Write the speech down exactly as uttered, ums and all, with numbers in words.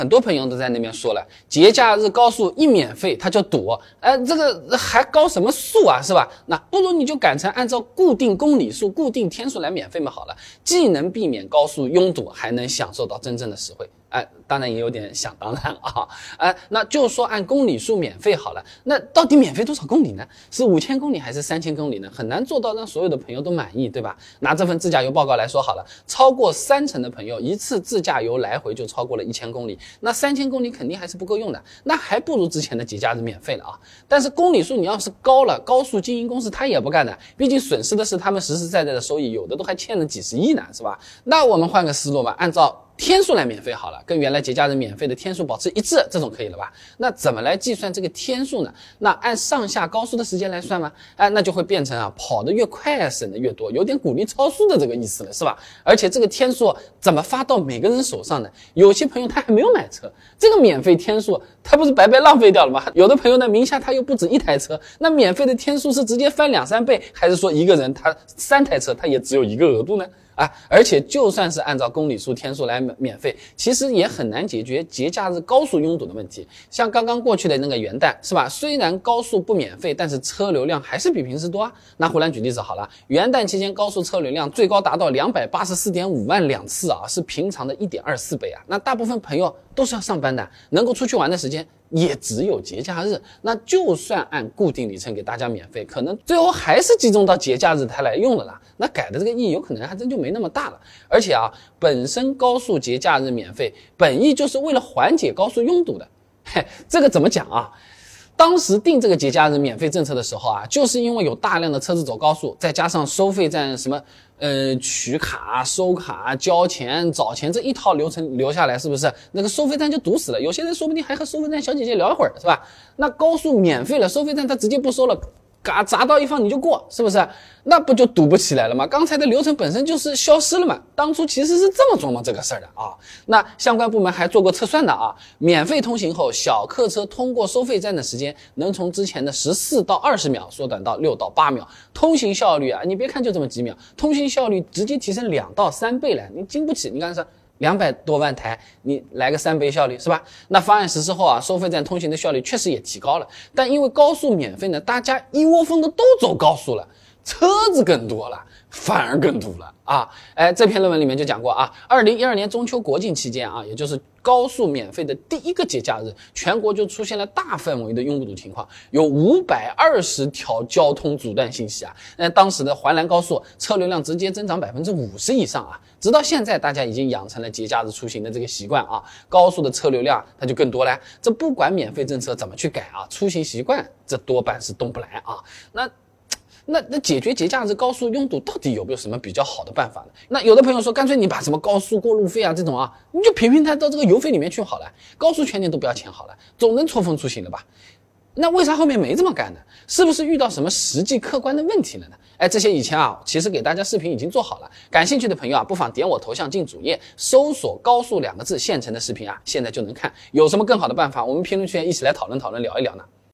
很多朋友都在那边说了，节假日高速一免费他就堵，哎，这个还高什么速啊，是吧？那不如你就改成按照固定公里数、固定天数来免费嘛好了，既能避免高速拥堵，还能享受到真正的实惠。哎，当然也有点想当然啊，哎，那就说按公里数免费好了，那到底免费多少公里呢？是五千公里还是三千公里呢？很难做到让所有的朋友都满意，对吧？拿这份自驾游报告来说好了，超过三成的朋友一次自驾游来回就超过了一千公里，那三千公里肯定还是不够用的，那还不如之前的节假日免费了啊。但是公里数你要是高了，高速经营公司他也不干的，毕竟损失的是他们实实在在的收益，有的都还欠了几十亿呢，是吧？那我们换个思路吧，按照天数来免费好了，跟原来节假日免费的天数保持一致，这种可以了吧？那怎么来计算这个天数呢？那按上下高速的时间来算吗？哎，那就会变成啊，跑得越快省得越多，有点鼓励超速的这个意思了，是吧？而且这个天数怎么发到每个人手上呢？有些朋友他还没有买车，这个免费天数他不是白白浪费掉了吗？有的朋友呢名下他又不止一台车，那免费的天数是直接翻两三倍，还是说一个人他三台车他也只有一个额度呢？啊，而且就算是按照公里数天数来免费，其实也很难解决节假日高速拥堵的问题。像刚刚过去的那个元旦，是吧？虽然高速不免费，但是车流量还是比平时多啊。拿湖南举例子好了，元旦期间高速车流量最高达到两百八十四点五万辆次啊，是平常的 一点二四倍啊。那大部分朋友都是要上班的，能够出去玩的时间也只有节假日，那就算按固定里程给大家免费，可能最后还是集中到节假日才来用了啦。那改的这个意义有可能还真就没那么大了。而且啊，本身高速节假日免费，本意就是为了缓解高速拥堵的。嘿，这个怎么讲啊？当时定这个节假日免费政策的时候啊，就是因为有大量的车子走高速，再加上收费站什么呃取卡、收卡、交钱、找钱这一套流程留下来，是不是那个收费站就堵死了？有些人说不定还和收费站小姐姐聊一会儿，是吧？那高速免费了，收费站他直接不收了，嘎砸到一方你就过，是不是？那不就堵不起来了吗？刚才的流程本身就是消失了嘛。当初其实是这么琢磨这个事儿的啊。那相关部门还做过测算的啊，免费通行后，小客车通过收费站的时间能从之前的十四到二十秒缩短到六到八秒，通行效率啊，你别看就这么几秒，通行效率直接提升两到三倍了，你经不起。你刚才说两百多万台，你来个三倍效率是吧？那方案实施后啊，收费站通行的效率确实也提高了，但因为高速免费呢，大家一窝蜂的都走高速了，车子更多了，反而更堵了啊！哎，这篇论文里面就讲过啊，二零一二年中秋国庆期间啊，也就是高速免费的第一个节假日，全国就出现了大范围的拥堵情况，有五百二十条交通阻断信息啊。那当时的环兰高速车流量直接增长百分之五十以上啊，直到现在大家已经养成了节假日出行的这个习惯啊，高速的车流量它就更多了。这不管免费政策怎么去改啊，出行习惯这多半是动不来啊。那那那解决节假日高速拥堵到底有没有什么比较好的办法呢？那有的朋友说，干脆你把什么高速过路费啊这种啊，你就平平摊到这个油费里面去好了，高速全年都不要钱好了，总能错峰出行了吧？那为啥后面没这么干呢？是不是遇到什么实际客观的问题了呢？哎，这些以前啊，其实给大家视频已经做好了，感兴趣的朋友啊，不妨点我头像进主页，搜索高速两个字，现成的视频啊，现在就能看。有什么更好的办法，我们评论区一起来讨论讨论，聊一聊呢。